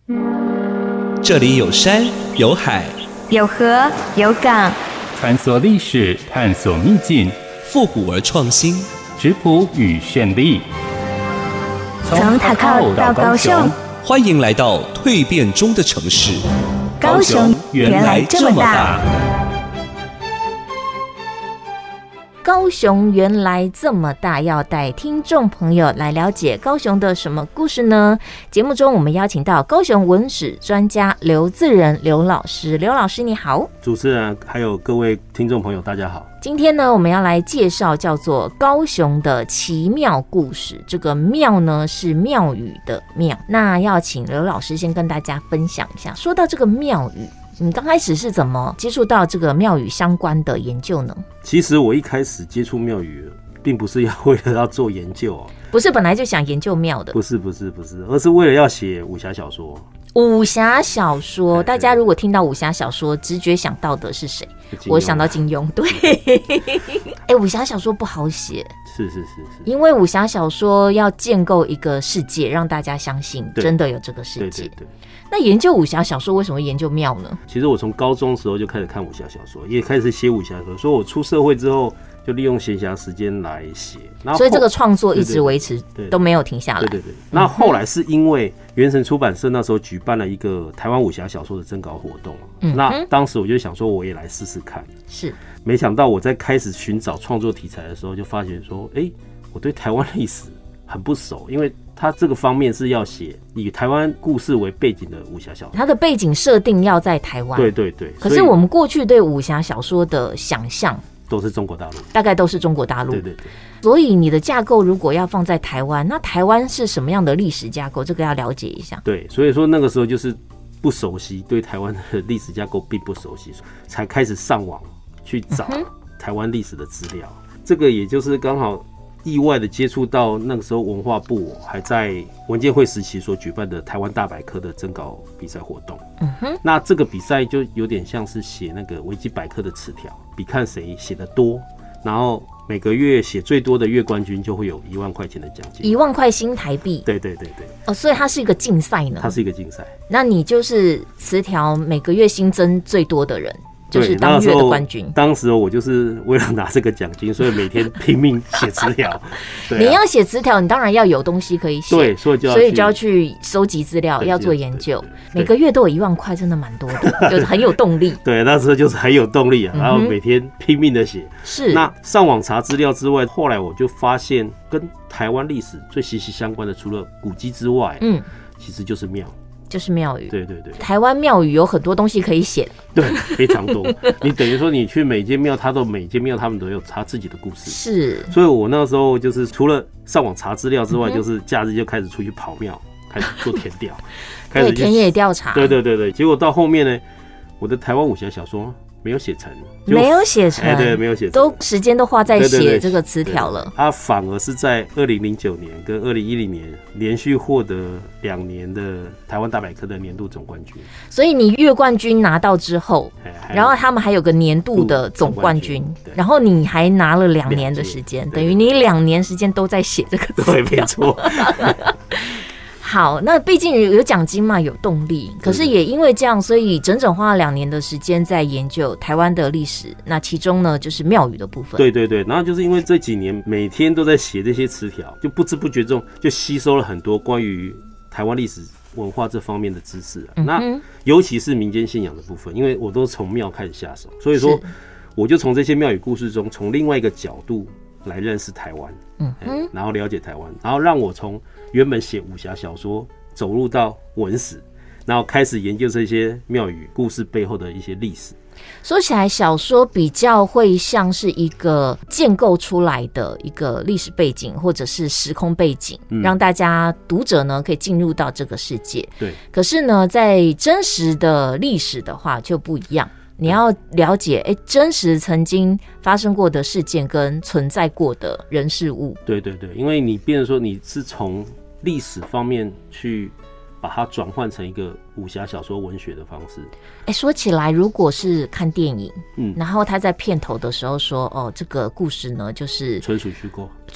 这里有山有海， 有河有港， 穿梭历史，探索秘境， 复古而创新， 质朴与绚丽。 从塔靠到高雄， 欢迎来到蜕变中的城市。 高雄原来这么大。 高雄原来这么大，要带听众朋友来了解高雄的什么故事呢？节目中我们邀请到高雄文史专家刘自仁刘老师。刘老师你好。 主持人还有各位听众朋友大家好。 今天呢，我们要来介绍叫做高雄的奇妙故事。这个庙呢是庙宇的庙，那要请刘老师先跟大家分享一下。说到这个庙宇，你刚开始是怎么接触到这个庙宇相关的研究呢？ 其实我一开始接触庙宇，并不是为了要做研究哦， 不是本来就想研究庙的， 不是，而是为了要写武侠小说。 武侠小说，大家如果听到武侠小说，直觉想到的是谁？我想到金庸。对，武侠小说不好写， 是， 因为武侠小说要建构一个世界，让大家相信真的有这个世界。对。那研究武侠小说为什么会研究庙呢？ 其实我从高中的时候就开始看武侠小说，也开始写武侠小说，所以我出社会之后就利用闲暇时间来写， 所以这个创作一直维持，都没有停下来。 对。那后来是因为圆神出版社那时候举办了一个台湾武侠小说的征稿活动，那当时我就想说我也来试试看， 是。 没想到我在开始寻找创作题材的时候，就发觉说，我对台湾历史很不熟，因为它这个方面是要写以台湾故事为背景的武侠小说， 它的背景设定要在台湾。 对。 可是我们过去对武侠小说的想象都是中国大陆， 大概都是中国大陆。 对。 所以你的架构如果要放在台湾，那台湾是什么样的历史架构？这个要了解一下。 对，所以说那个时候就是不熟悉，对台湾的历史架构并不熟悉，才开始上网去找台湾历史的资料。这个也就是刚好意外的接触到那个时候文化部还在文建会时期所举办的台湾大百科的征稿比赛活动。那这个比赛就有点像是写那个维基百科的词条，比看谁写得多，然后每个月写最多的月冠军就会有1万块钱的奖金 ，1万块新台币。 对。 所以它是一个竞赛呢？ 它是一个竞赛。 那你就是词条每个月新增最多的人，就是当月的冠军。 当时我就是为了拿这个奖金，所以每天拼命写词条。 你要写词条，你当然要有东西可以写， 对，所以就要去收集资料，要做研究。每个月都有1万块，真的蛮多的，很有动力。 对，那时候就是很有动力啊，然后每天拼命的写。 是。那上网查资料之外，后来我就发现跟台湾历史最息息相关的，除了古迹之外，其实就是庙。 就是庙宇。 对。 台湾庙宇有很多东西可以写， 对，非常多。你等于说你去每间庙，每间庙他们都有他自己的故事。 是。 所以我那时候就是除了上网查资料之外，就是假日就开始出去跑庙，开始做田调， 开始田野调查。 对。结果到后面呢，我的台湾武侠小说没有写成， 对， 没有写成， 都时间都花在写这个词条了。 他反而是在2009年跟2010年连续获得2年的台湾大百科的年度总冠军。 所以你月冠军拿到之后，然后他们还有个年度的总冠军，然后你还拿了2年的时间，等于你2年时间都在写这个词条。 对，没错。 好，那毕竟有奖金嘛，有动力。可是也因为这样，所以整整花了2年的时间在研究台湾的历史。那其中呢，就是庙宇的部分。 对。然后就是因为这几年每天都在写这些词条，就不知不觉中就吸收了很多关于台湾历史文化这方面的知识。那尤其是民间信仰的部分，因为我都从庙开始下手，所以说我就从这些庙宇故事中，从另外一个角度来认识台湾，然后了解台湾，然后让我从原本写武侠小说走入到文史，然后开始研究这些庙宇故事背后的一些历史。 说起来，小说比较会像是一个建构出来的一个历史背景或者是时空背景，让大家读者呢可以进入到这个世界。 对。 可是呢，在真实的历史的话就不一样。你要了解真实曾经发生过的事件跟存在过的人事物。 对，因为你变成说你是从历史方面去把它转换成一个武侠小说文学的方式。 说起来，如果是看电影，然后他在片头的时候说，这个故事呢就是纯属虚构，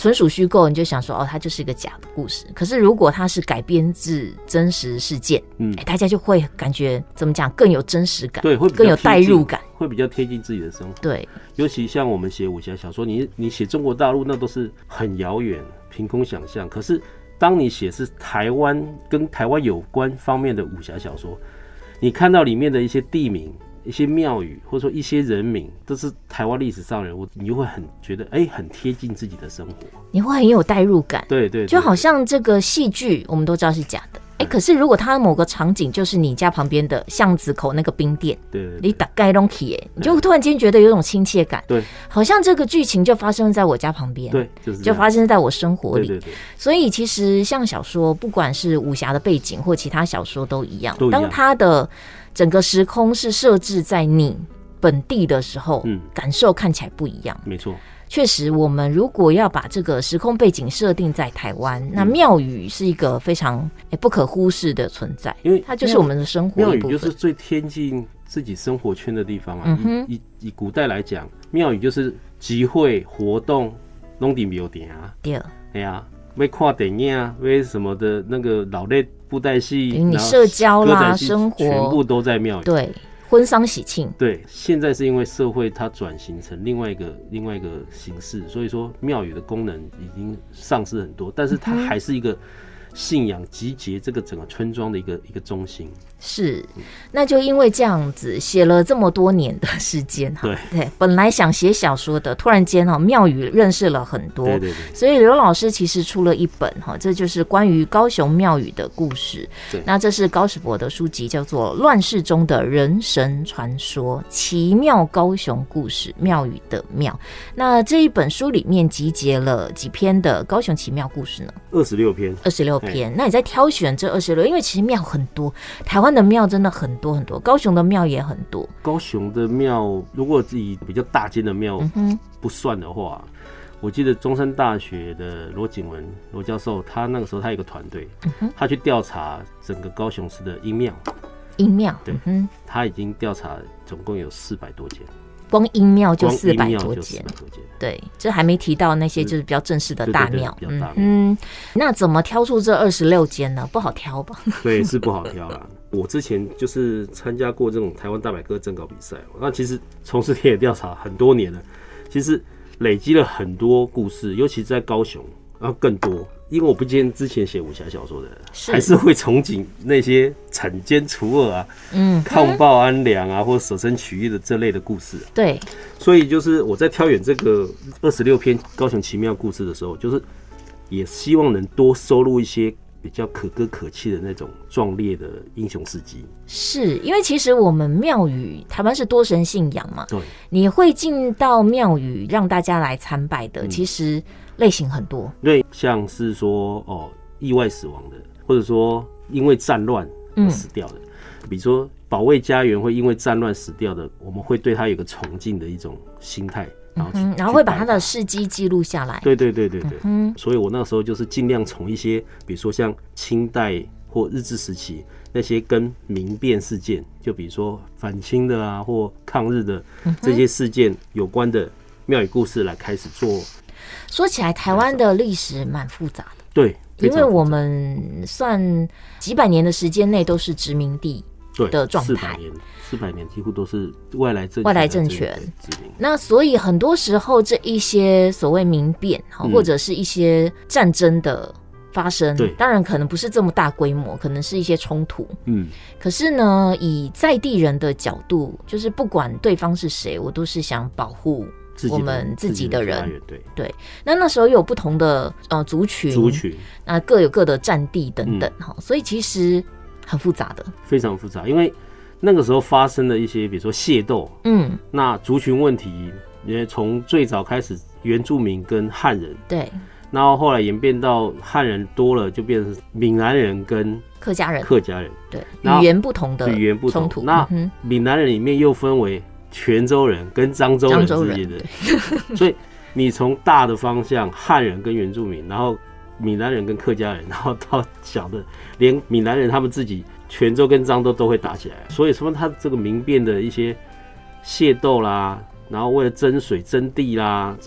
纯属虚构，你就想说哦，它就是一个假的故事。可是如果它是改编自真实事件，大家就会感觉怎么讲更有真实感， 对，会更有代入感， 会比较贴近自己的生活。 对， 尤其像我们写武侠小说，你写中国大陆那都是很遥远、凭空想象。可是当你写是台湾跟台湾有关方面的武侠小说，你看到里面的一些地名、一些庙宇，或者说一些人名，都是台湾历史上人物，你就会很觉得很贴近自己的生活， 你会很有代入感。 对， 就好像这个戏剧，我们都知道是假的。可是如果它某个场景就是你家旁边的巷子口那个冰店， 对， 你大概都去，你就突然间觉得有种亲切感， 对， 好像这个剧情就发生在我家旁边， 对， 就发生在我生活里。 对。 所以其实像小说，不管是武侠的背景或其他小说都一样，当它的整个时空是设置在你本地的时候，感受看起来不一样。 没错。 确实，我们如果要把这个时空背景设定在台湾，那庙宇是一个非常不可忽视的存在，因为它就是我们的生活一部分。 庙宇就是最贴近自己生活圈的地方啊。以古代来讲，庙宇就是集会活动拢伫庙埕啊。 对。 哎呀，要看电影啊，要什么的那个老类布袋戏， 你社交啦、生活全部都在庙宇。 对。婚丧喜庆， 对，现在是因为社会它转型成另外一个形式，所以说庙宇的功能已经丧失很多，但是它还是一个信仰集结这个整个村庄的一个中心。 是，那就因为这样子写了这么多年的时间，对，本来想写小说的，突然间庙宇认识了很多， 对， 所以刘老师其实出了一本这就是关于高雄庙宇的故事。那这是高士博的书籍，叫做《乱世中的人神传说：奇妙高雄故事，庙宇的庙》。那这一本书里面集结了几篇的高雄奇妙故事呢？26篇。那你在挑选这26，因为其实庙很多，台湾的庙真的很多很多，高雄的庙也很多。 高雄的庙，如果以比较大间的庙不算的话，我记得中山大学的罗景文罗教授，他那个时候他有一个团队，他去调查整个高雄市的阴庙。对，他已经调查总共有400多间。光阴庙就400多间， 对，这还没提到那些就是比较正式的大庙。那怎么挑出这26间呢？不好挑吧？ 对，是不好挑啦。我之前就是参加过这种台湾大百科征稿比赛，那其实从事田野调查很多年了，其实累积了很多故事，尤其在高雄，然后更多。因为我不见之前写武侠小说的人，还是会憧憬那些铲奸除恶啊、抗暴安良啊，或舍身取义的这类的故事。 对， 所以就是我在挑选这个26篇高雄奇妙故事的时候，就是也希望能多收录一些比较可歌可泣的那种壮烈的英雄事迹。 是因为其实我们庙宇台湾是多神信仰嘛， 对， 你会进到庙宇让大家来参拜的，其实类型很多。 对，像是说意外死亡的，或者说因为战乱而死掉的，比如说保卫家园会因为战乱死掉的，我们会对他有个崇敬的一种心态。 然后会把他的事迹记录下来。 对，所以我那时候就是尽量从一些，比如说像清代或日治时期那些跟民变事件，就比如说反清的啊或抗日的这些事件有关的庙宇故事来开始做。 说起来，台湾的历史蛮复杂的， 对， 因为我们算几百年的时间内都是殖民地的状态。400年几乎都是外来政权，那所以很多时候这一些所谓民变或者是一些战争的发生，当然可能不是这么大规模，可能是一些冲突。可是呢，以在地人的角度，就是不管对方是谁，我都是想保护我们自己的人。对，那时候有不同的族群，那各有各的战地等等，所以其实很复杂的， 非常复杂，因为那个时候发生的一些，比如说械斗，那族群问题，也从最早开始原住民跟汉人， 对， 然后后来演变到汉人多了，就变成闽南人跟客家人， 对，语言不同的冲突。 那闽南人里面又分为泉州人跟漳州人之间的，所以你从大的方向汉人跟原住民，然后闽南人跟客家人，然后到小的，连闽南人他们自己泉州跟漳州都会打起来，所以说他这个民变的一些械斗啦，然后为了争水争地啦，这种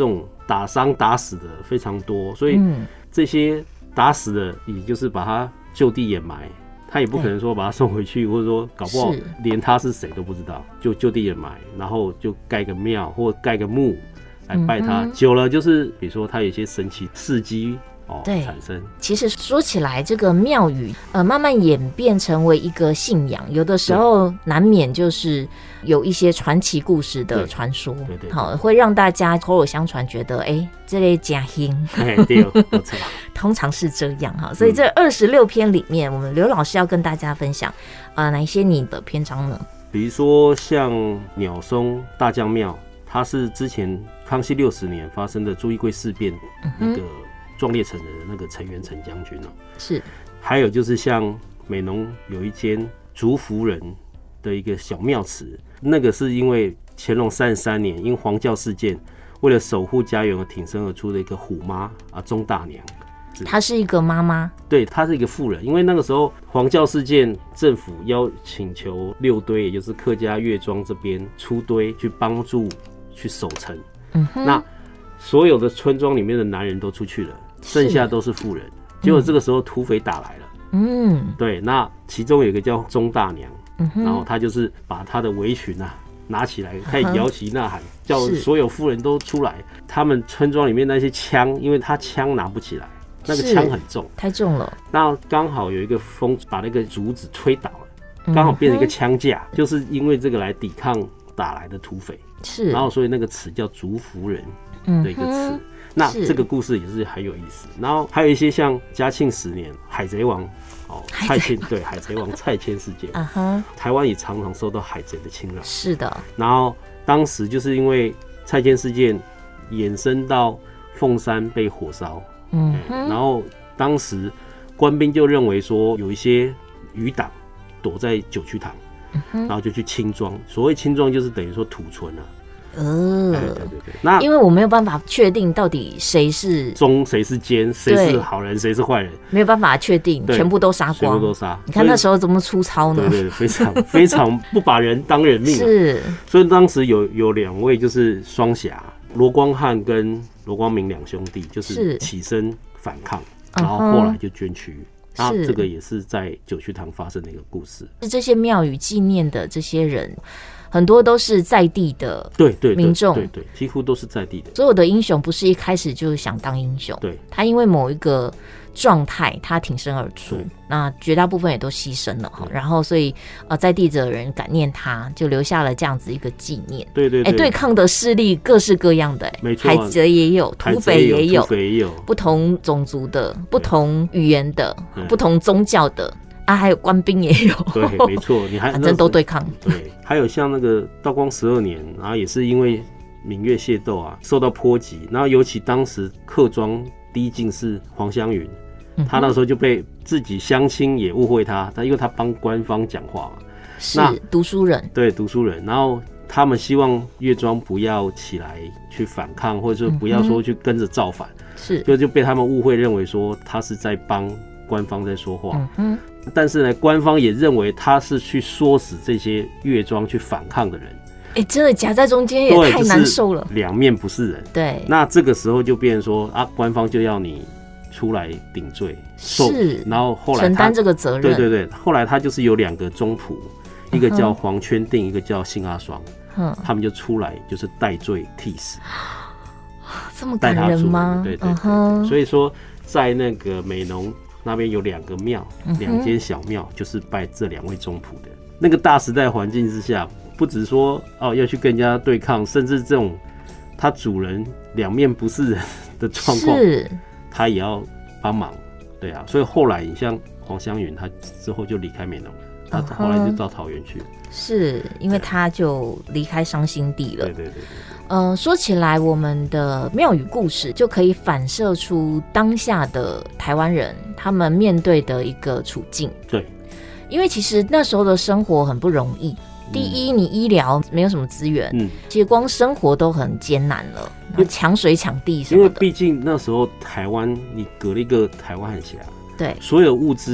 打伤打死的非常多，所以这些打死的，也就是把他就地掩埋，他也不可能说把他送回去，或者说搞不好连他是谁都不知道，就地掩埋，然后就盖个庙或盖个墓来拜他。久了就是比如说他有一些神奇事迹产生。其实说起来，这个庙宇慢慢演变成为一个信仰，有的时候难免就是有一些传奇故事的传说，对，好，会让大家口耳相传，觉得这类假兴， 对， 通常是这样哈。所以这26篇里面，我们刘老师要跟大家分享哪一些你的篇章呢？ 比如说像鸟松大将庙，它是之前康熙60年发生的朱一贵事变那个壮烈成人的那个陈元成将军是。 还有就是像美浓有一间竹福人的一个小庙祠，那个是因为乾隆33年因黄教事件，为了守护家园而挺身而出的一个虎妈钟大娘。 她是一个妈妈， 对，她是一个妇人。因为那个时候黄教事件，政府请求六堆，也就是客家岳庄这边出堆去帮助去守城。那所有的村庄里面的男人都出去了，剩下都是妇人。结果这个时候土匪打来了，对，那其中有一个叫钟大娘，然后他就是把他的围裙拿起来，开始摇旗呐喊，叫所有妇人都出来。他们村庄里面那些枪，因为他枪拿不起来，那个枪很重， 太重了。 那刚好有一个风把那个竹子吹倒了，刚好变成一个枪架，就是因为这个来抵抗打来的土匪。是，然后所以那个词叫竹福人的一个词。那这个故事也是很有意思。然后还有一些像嘉庆10年海贼王蔡牵，对，海贼王蔡牵事件，台湾也常常受到海贼的侵扰。 是的。然后当时就是因为蔡牵事件衍生到凤山被火烧，然后当时官兵就认为说有一些余党躲在九曲堂，然后就去清庄。所谓清庄就是等于说土村对。那因为我没有办法确定到底谁是忠谁是奸，谁是好人谁是坏人， 没有办法确定，全部都杀光， 全部都杀。 你看那时候怎么粗糙呢？ 对，非常非常不把人当人命。 是， 所以当时有2位就是双侠，罗光汉跟罗光明2兄弟，就是起身反抗，然后后来就捐躯。那这个也是在九曲堂发生的一个故事。 这些庙宇纪念的这些人，很多都是在地的民众， 对，几乎都是在地的。 所有的英雄不是一开始就想当英雄，对，他因为某一个状态，他挺身而出，那绝大部分也都牺牲了，然后所以在地的人感念他，就留下了这样子一个纪念。对，对抗的势力各式各样的， 没错， 海贼也有，土匪也有， 不同种族的，不同语言的，不同宗教的。还有官兵也有， 对，没错，你还反正都对抗。 对，还有像那个道光12年，然后也是因为闽粤械斗受到波及，然后尤其当时客庄第一进士黄湘云，他那时候就被自己乡亲也误会他因为他帮官方讲话嘛， 是读书人， 对，读书人，然后他们希望岳庄不要起来去反抗，或者说不要说去跟着造反，是就被他们误会认为说他是在帮官方在说话。但是呢，官方也认为他是去唆使这些岳庄去反抗的人。 真的夹在中间也太难受了， 就是两面不是人。对，那这个时候就变成说官方就要你出来顶罪，是，然后后来承担这个责任。 对，后来他就是有2个宗仆，一个叫黄圈定，一个叫辛阿双，他们就出来就是代罪替死。 这么感人吗？ 对，所以说在那个美浓那边有2个庙，2间小庙，就是拜这2位宗仆的。那个大时代环境之下，不只说要去跟人家对抗，甚至这种他主人两面不是人的状况，他也要帮忙。对啊，所以后来你像黄湘云，他之后就离开美浓了，他后来就到桃园去了。 是因为他就离开伤心地了。 对。 说起来，我们的庙宇故事就可以反射出当下的台湾人他们面对的一个处境。对，因为其实那时候的生活很不容易。第一，你医疗没有什么资源，其实光生活都很艰难了，抢水抢地什么的。 因为毕竟那时候台湾，你隔了一个台湾海峡， 对， 所有物资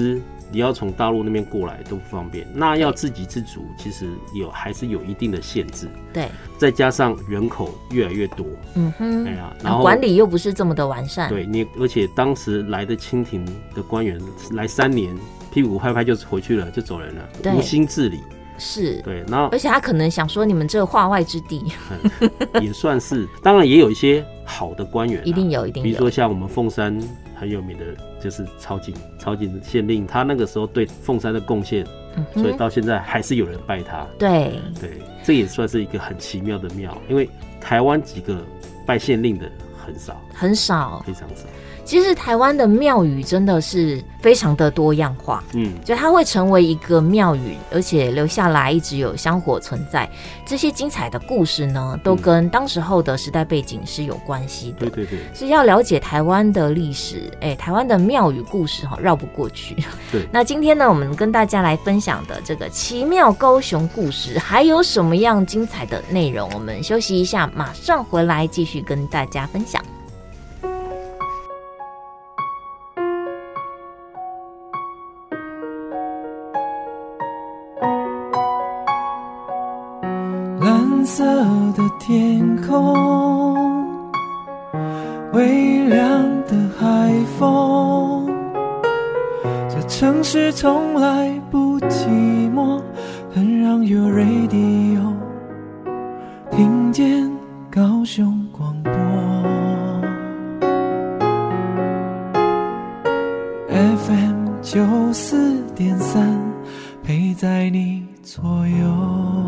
你要从大陆那边过来都不方便。那要自给自足，其实还是有一定的限制。 对， 再加上人口越来越多，然后管理又不是这么的完善。 对你，而且当时来的清廷的官员来3年，屁股拍拍就回去了，就走人了，无心治理。 是， 对，然后而且他可能想说，你们这化外之地， 也算是，当然也有一些好的官员， 一定有， 比如说像我们凤山很有名的，就是曹景的县令，他那个时候对凤山的贡献，所以到现在还是有人拜他。 对， 这也算是一个很奇妙的庙，因为台湾几个拜县令的很少，非常少。 其实台湾的庙宇真的是非常的多样化，就它会成为一个庙宇，而且留下来一直有香火存在。这些精彩的故事呢，都跟当时候的时代背景是有关系的。对，是要了解台湾的历史，台湾的庙宇故事绕不过去。对，那今天呢，我们跟大家来分享的这个奇妙高雄故事，还有什么样精彩的内容？我们休息一下，马上回来继续跟大家分享。 蓝色的天空，微凉的海风，这城市从来不寂寞，很让 Your Radio 听见高雄广播 FM 94.3，陪在你左右。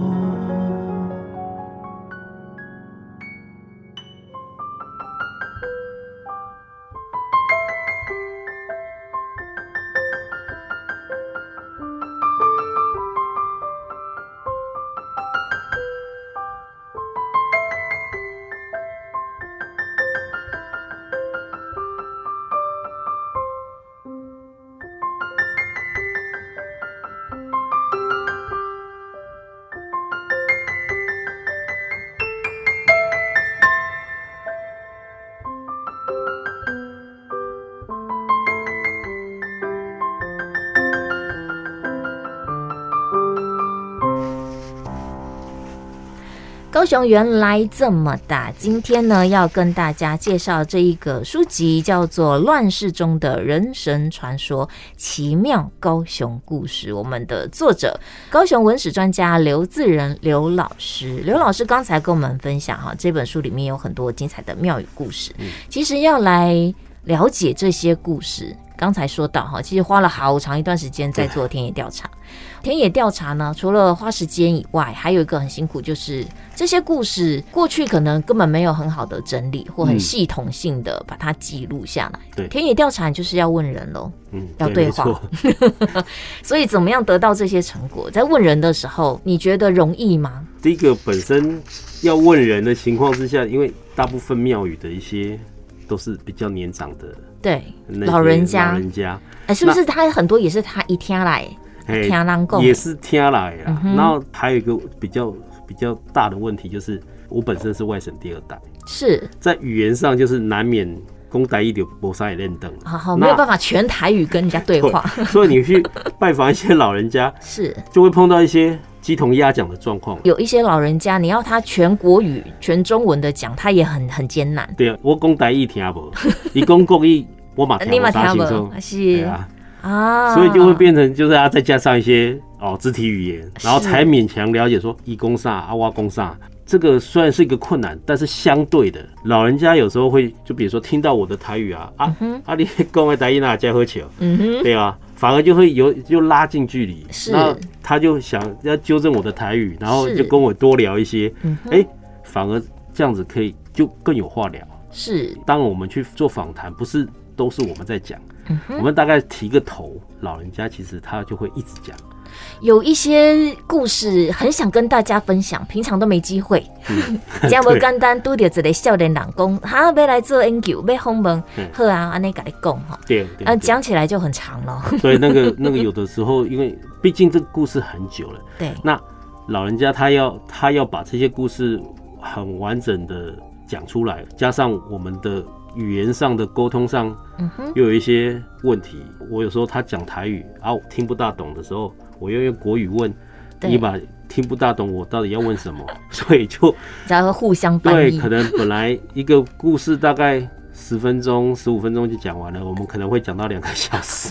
高雄原来这么大，今天呢要跟大家介绍这一个书籍，叫做《乱世中的人神传说：奇妙高雄故事》。我们的作者高雄文史专家刘自仁刘老师，刘老师刚才跟我们分享这本书里面有很多精彩的庙宇故事。其实要来了解这些故事，刚才说到其实花了好长一段时间在做田野调查。田野调查呢，除了花时间以外，还有一个很辛苦，就是这些故事过去可能根本没有很好的整理或很系统性的把它记录下来。对，田野调查就是要问人咯，要对话。所以怎么样得到这些成果？在问人的时候，你觉得容易吗？ 第一个，本身要问人的情况之下，因为大部分庙宇的一些都是比较年长的， 对，老人家，是不是他很多也是他一天来？听人讲也是听来啦，然后还有一个比较大的问题，就是我本身是外省第2代，是在语言上就是难免讲台语就没啥也认得， 好没有办法全台语跟人家对话， 所以你去拜访一些老人家，是就会碰到一些鸡同鸭讲的状况。 有一些老人家，你要他全国语、全中文的讲，他也很艰难。 对啊，我讲台语听不，你讲国语我嘛听不啥清楚，是啊，所以就会变成就是要再加上一些肢体语言，然后才勉强了解说一公煞阿挖公煞。这个虽然是一个困难，但是相对的，老人家有时候会就比如说听到我的台语你讲的台语哪家喝酒，对啊，反而就会就拉近距离，那他就想要纠正我的台语，然后就跟我多聊一些，反而这样子可以就更有话聊。是，当我们去做访谈，不是都是我们在讲。我们大概提个头，老人家其实他就会一直讲。 有一些故事很想跟大家分享，平常都没机会。这样不简单，拄到一个少年人讲，要来做研究，要访问，好啊，安尼跟你讲哈。对，讲起来就很长了。 对，那个有的时候，因为毕竟这个故事很久了。对，那老人家他要把这些故事很完整的讲出来，加上我们的语言上的沟通上又有一些问题。我有时候他讲台语啊，我听不大懂的时候，我又用国语问，你把听不大懂我到底要问什么，所以就然后互相翻译。 对，可能本来一个故事大概10分钟、15分钟就讲完了，我们可能会讲到2个小时。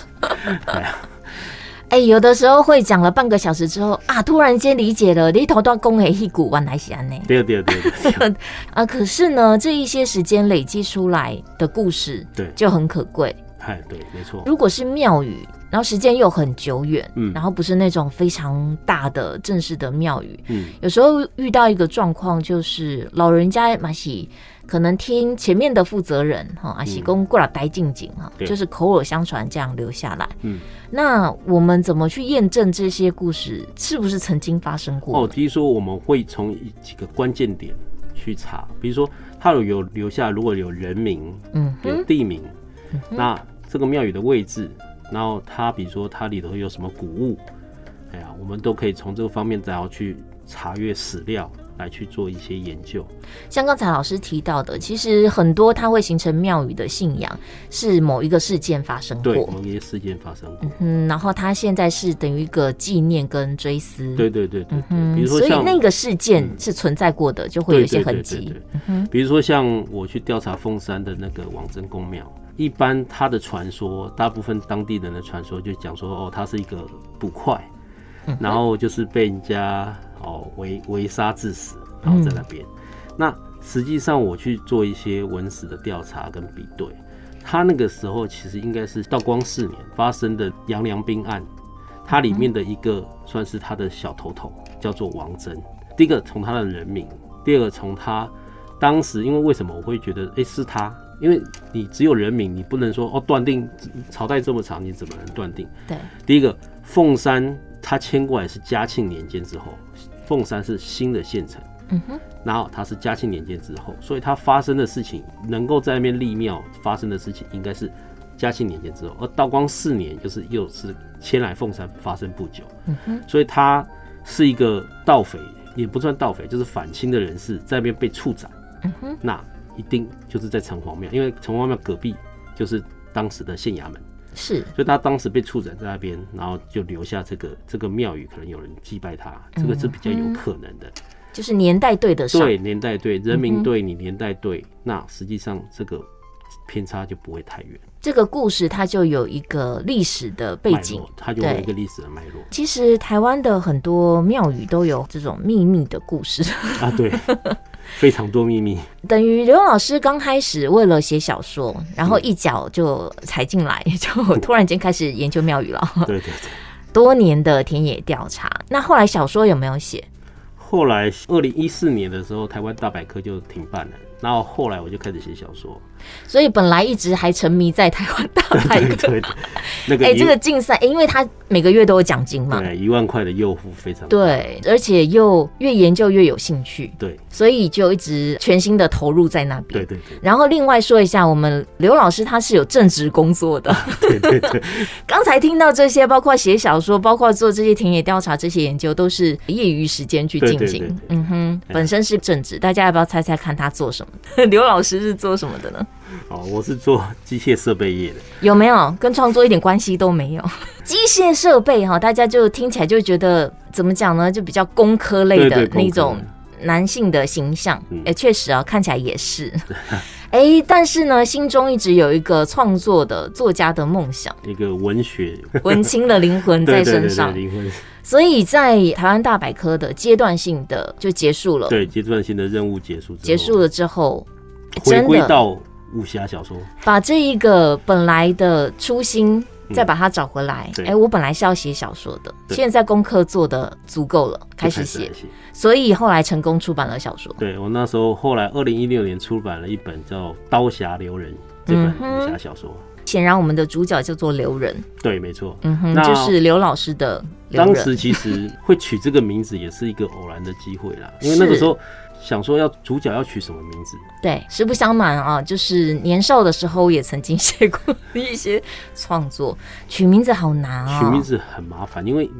有的时候会讲了半个小时之后啊，突然间理解了，你头都讲的那句原来是这样。 对啊，可是呢，这一些时间累积出来的故事， 对， 就很可贵。 对，没错。 如果是庙宇，然后时间又很久远，然后不是那种非常大的正式的庙宇，有时候遇到一个状况，就是老人家嘛是可能听前面的负责人还是说过来待静静就是口耳相传这样留下来。那我们怎么去验证这些故事是不是曾经发生过？比如说我们会从几个关键点去查，比如说他有留下如果有人名，有地名，那这个庙宇的位置，然后它比如说它里头有什么古物，我们都可以从这个方面然后去查阅史料来去做一些研究。 像刚才老师提到的，其实很多它会形成庙宇的信仰是某一个事件发生过， 对，某一些事件发生过， 然后它现在是等于一个纪念跟追思， 对，比如说所以那个事件是存在过的，就会有一些痕迹。 比如说像我去调查凤山的那个王真公庙，一般它的传说，大部分当地人的传说就讲说，它是一个捕快，然后就是被人家围杀致死，然后在那边。那实际上我去做一些文史的调查跟比对，他那个时候其实应该是道光4年发生的杨良兵案，它里面的一个算是他的小头头叫做王真。第一个从他的人名，第二个从他当时，因为为什么我会觉得是他？因为你只有人名，你不能说断定朝代这么长，你怎么能断定？ 对， 第一个凤山他迁过来是嘉庆年间之后，凤山是新的县城，然后它是嘉庆年间之后，所以它发生的事情能够在那边立庙发生的事情，应该是嘉庆年间之后，而道光4年就是又是迁来凤山发生不久，所以它是一个盗匪，也不算盗匪，就是反清的人士在那边被处斩，那一定就是在城隍庙，因为城隍庙隔壁就是当时的县衙门， 是， 所以他当时被处斩在那边，然后就留下这个庙宇，可能有人祭拜他，这个是比较有可能的， 就是年代对得上， 对，年代对，人民对你年代对，那实际上这个偏差就不会太远。 这个故事它就有一个历史的背景， 它就有一个历史的脉络。 其实台湾的很多庙宇都有这种秘密的故事啊，对，非常多秘密。 等于刘老师刚开始为了写小说，然后一脚就踩进来，就突然间开始研究庙宇了。 对， 多年的田野调查。那后来小说有没有写？ 后来2014年的时候，台湾大百科就停办了，然后后来我就开始写小说。 所以本来一直还沉迷在台湾大百科， 对，那个这个竞赛，因为他每个月都有奖金嘛， 对，1万块的诱惑非常大， 对，而且又越研究越有兴趣， 对， 所以就一直全心的投入在那边， 对。 然后另外说一下，我们刘老师他是有正职工作的， 对。 刚才听到这些，包括写小说，包括做这些田野调查，这些研究都是业余时间去进行， 对， 本身是正职，大家要不要猜猜看他做什么？刘老师是做什么的呢？ 我是做机械设备业的， 有没有跟创作一点关系都没有？机械设备大家就听起来就觉得怎么讲呢？就比较工科类的那种男性的形象，确实看起来也是。但是呢，心中一直有一个创作的作家的梦想， 一个文学文青的灵魂在身上， 对，灵魂。 所以在台湾大百科的阶段性的就结束了， 对，阶段性的任务结束了之后， 回归到武侠小说， 把这一个本来的初心再把它找回来。我本来是要写小说的，现在功课做的足够了，开始写，所以后来成功出版了小说。 对，我那时候后来2016年出版了一本叫《刀侠留人》这本武侠小说。 显然我们的主角叫做刘仁， 对，没错， 就是刘老师的刘仁。 当时其实会取这个名字也是一个偶然的机会啦，因为那个时候想说主角要取什么名字？ 对，实不相瞒啊，就是年少的时候也曾经写过一些创作，取名字好难啊， 取名字很麻烦，因为你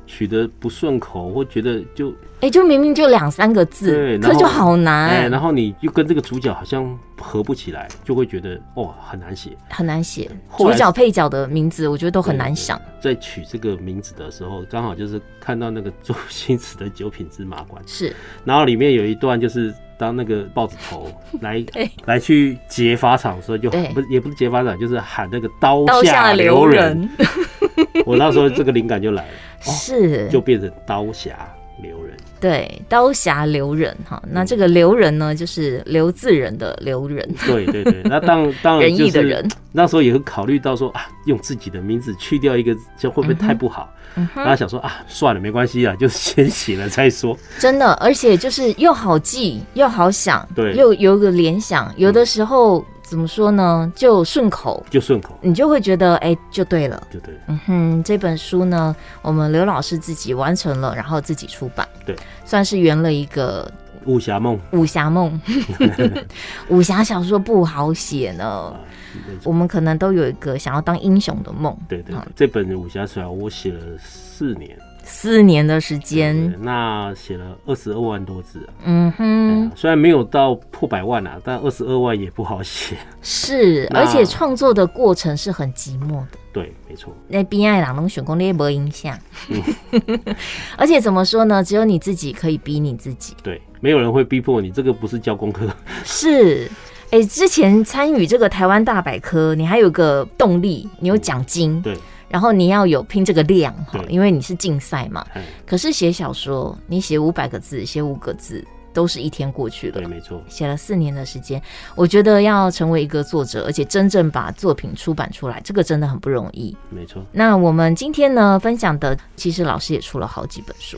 取得不顺口，或觉得就明明就2-3个字，可就好难。 然后你就跟这个主角好像合不起来，就会觉得很难写， 很难写。主角配角的名字，我觉得都很难想。 在取这个名字的时候，刚好就是看到那个周星驰的《九品芝麻官》， 是， 然后里面有一段就是当那个豹子头来去劫法场的时候，也不是劫法场，就是喊那个刀下留人。我那时候这个灵感就来了， 是， 就变成刀下留人。 对，刀下留人哈，那这个留人呢，就是刘自仁的留人。对， 那当然仁义的人。 那时候也会考虑到说用自己的名字去掉一个，就会不会太不好？然后想说算了，没关系啦，就先写了再说。真的， 而且就是又好记又好想， 对， 又有个联想，有的时候。怎么说呢？就顺口，你就会觉得就对了， 就对了。 这本书呢，我们刘老师自己完成了，然后自己出版， 对， 算是圆了一个武侠梦。 武侠小说不好写呢，我们可能都有一个想要当英雄的梦。 对，这本武侠小说我写了4 年的时间， 那写了22万多字虽然没有到破100万但22万也不好写。 是，而且创作的过程是很寂寞的。 对，没错。 那边爱人都选讲你没影响，而且怎么说呢？只有你自己可以逼你自己。 对，没有人会逼迫你，这个不是交功课。 是。之前参与这个台湾大百科，你还有个动力，你有奖金。 对。 然后你要有拼这个量，因为你是竞赛嘛。可是写小说，你写500个字，写5个字，都是1天过去了。 对，没错。 写了4年的时间，我觉得要成为一个作者，而且真正把作品出版出来，这个真的很不容易。 没错。 那我们今天呢分享的，其实老师也出了好几本书。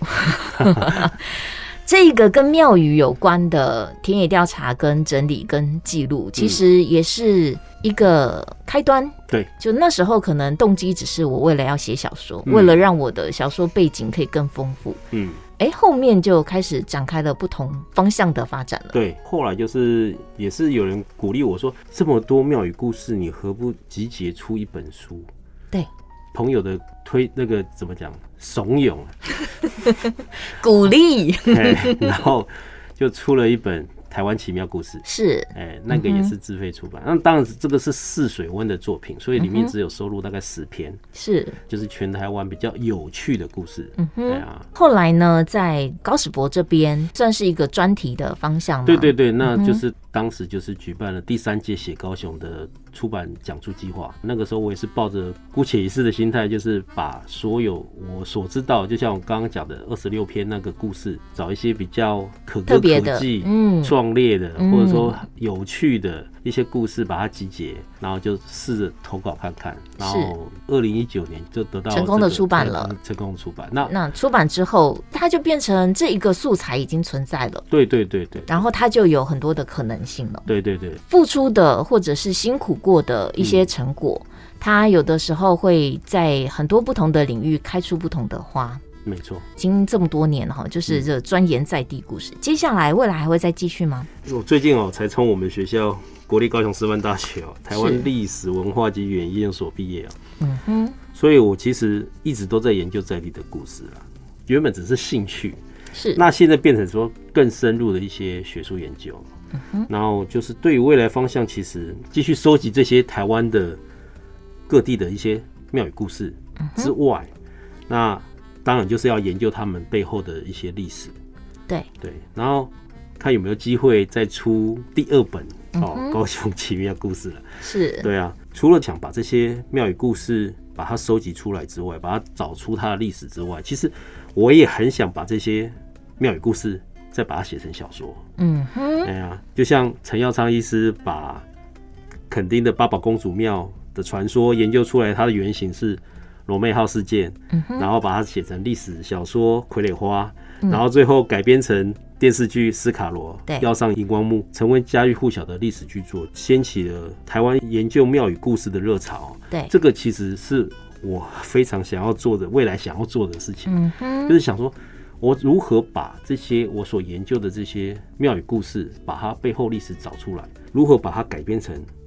这个跟庙宇有关的田野调查、跟整理、跟记录，其实也是一个开端。 对， 就那时候可能动机只是我为了要写小说，为了让我的小说背景可以更丰富。后面就开始展开了不同方向的发展了。 对，后来就是也是有人鼓励我说，这么多庙宇故事，你何不集结出一本书？ 对。 朋友的那个怎么讲，怂恿鼓励然后就出了一本台湾奇妙故事， 是， 那个也是自费出版。那当然，这个是试水温的作品，所以里面只有收录大概10篇， 是， 就是全台湾比较有趣的故事。 后来呢，在高史博这边算是一个专题的方向吗？ 对，那就是当时就是举办了第3届写高雄的出版讲座计划。那个时候我也是抱着姑且一试的心态，就是把所有我所知道，就像我刚刚讲的26篇那个故事，找一些比较可歌可泣、壮烈的，或者说有趣的一些故事，把它集结，然后就试着投稿看看。然后2019年就得到成功的出版了， 成功的出版。 那出版之后，它就变成这一个素材已经存在了。 对， 然后它就有很多的可能性了。 对， 付出的或者是辛苦过的一些成果，它有的时候会在很多不同的领域开出不同的花。 没错， 已经这么多年了，就是这钻研在地故事。接下来未来还会再继续吗？ 我最近才从我们学校国立高雄师范大学台湾历史文化及语言研究所毕业所以我其实一直都在研究在地的故事啦。原本只是兴趣， 是， 那现在变成说更深入的一些学术研究。然后就是对于未来方向，其实继续收集这些台湾的各地的一些庙宇故事之外，那当然就是要研究他们背后的一些历史。对，然后看有没有机会再出第2本高雄奇妙故事了。是，对啊，除了想把这些庙宇故事把它收集出来之外，把它找出它的历史之外，其实我也很想把这些庙宇故事再把它写成小说。就像陈耀昌医师把垦丁的八宝公主庙的传说研究出来，它的原型是罗妹号事件，然后把它写成历史小说《傀儡花》，然后最后改编成电视剧《斯卡罗》，要上荧光幕，成为家喻户晓的历史巨作，掀起了台湾研究庙宇故事的热潮。对，这个其实是我非常想要做的，未来想要做的事情，就是想说我如何把这些我所研究的这些庙宇故事，把它背后历史找出来，如何把它改编成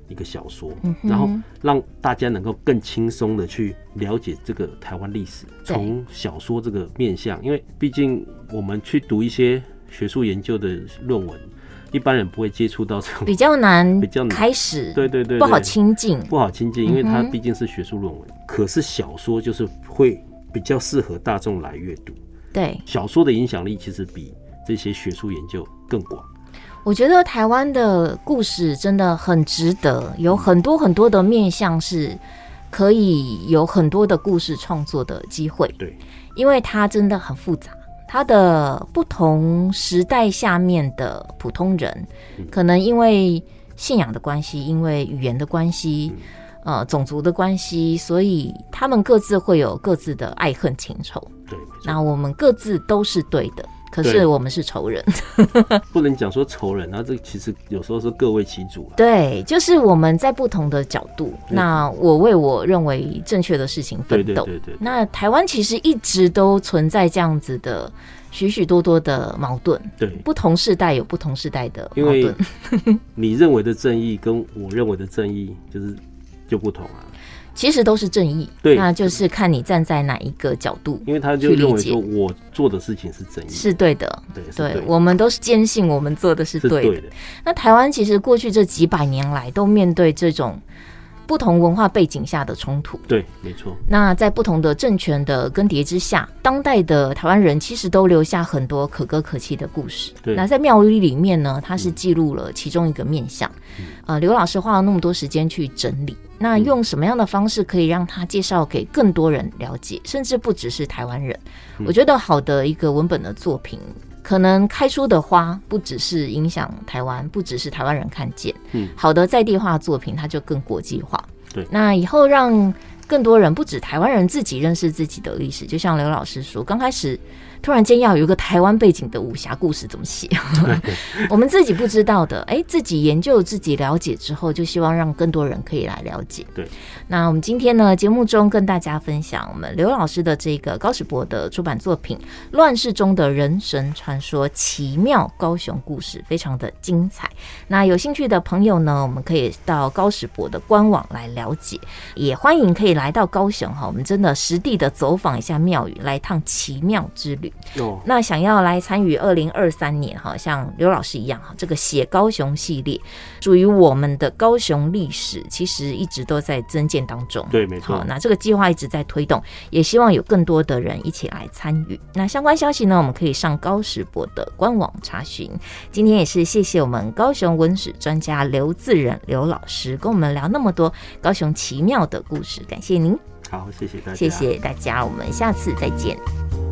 一个小说，然后让大家能够更轻松的去了解这个台湾历史，从小说这个面向，因为毕竟我们去读一些学术研究的论文，一般人不会接触到这种比较难开始， 对， 不好亲近， 因为它毕竟是学术论文。可是小说就是会比较适合大众来阅读， 对， 小说的影响力其实比这些学术研究更广。 我觉得台湾的故事真的很值得，有很多很多的面向是可以有很多的故事创作的机会。 对， 因为它真的很复杂，它的不同时代下面的普通人，可能因为信仰的关系，因为语言的关系，种族的关系，所以他们各自会有各自的爱恨情仇。 对， 那我们各自都是对的。可是我们是仇人， 不能讲说仇人，这其实有时候是各为其主。 对，就是我们在不同的角度，那我为我认为正确的事情奋斗。对。那台湾其实一直都存在这样子的许许多多的矛盾，对，不同世代有不同世代的矛盾。因为你认为的正义跟我认为的正义就不同啊。 其实都是正义，对，那就是看你站在哪一个角度去理解。 因为他就认为说我做的事情是正义， 是对的，对，我们都是坚信我们做的是对的。那台湾其实过去这几百年来都面对这种不同文化背景下的冲突， 对，没错。 那在不同的政权的更迭之下，当代的台湾人其实都留下很多可歌可泣的故事。那在庙宇里面呢，它是记录了其中一个面向。刘老师花了那么多时间去整理，那用什么样的方式可以让他介绍给更多人了解，甚至不只是台湾人？我觉得好的一个文本的作品，可能开出的花不只是影响台湾，不只是台湾人看见，好的在地化作品它就更国际化。对，那以后让更多人，不止台湾人自己认识自己的历史，就像刘老师说，刚开始突然间要有一个台湾背景的武侠故事怎么写我们自己不知道的，自己研究自己了解之后，就希望让更多人可以来了解。对，那我们今天呢节目中跟大家分享我们刘老师的这个高史博的出版作品《乱世中的人神传说：奇妙高雄故事》，非常的精彩。那有兴趣的朋友呢，我们可以到高史博的官网来了解，也欢迎可以来到高雄我们真的实地的走访一下庙宇，来一趟奇妙之旅。那想要来参与2023年像刘老师一样这个写高雄系列，属于我们的高雄历史其实一直都在增建当中。 对，没错。 那这个计划一直在推动，也希望有更多的人一起来参与。那相关消息呢，我们可以上高史博的官网查询。今天也是谢谢我们高雄文史专家刘自仁刘老师跟我们聊那么多高雄奇妙的故事，感谢您。 好，谢谢大家， 谢谢大家，我们下次再见。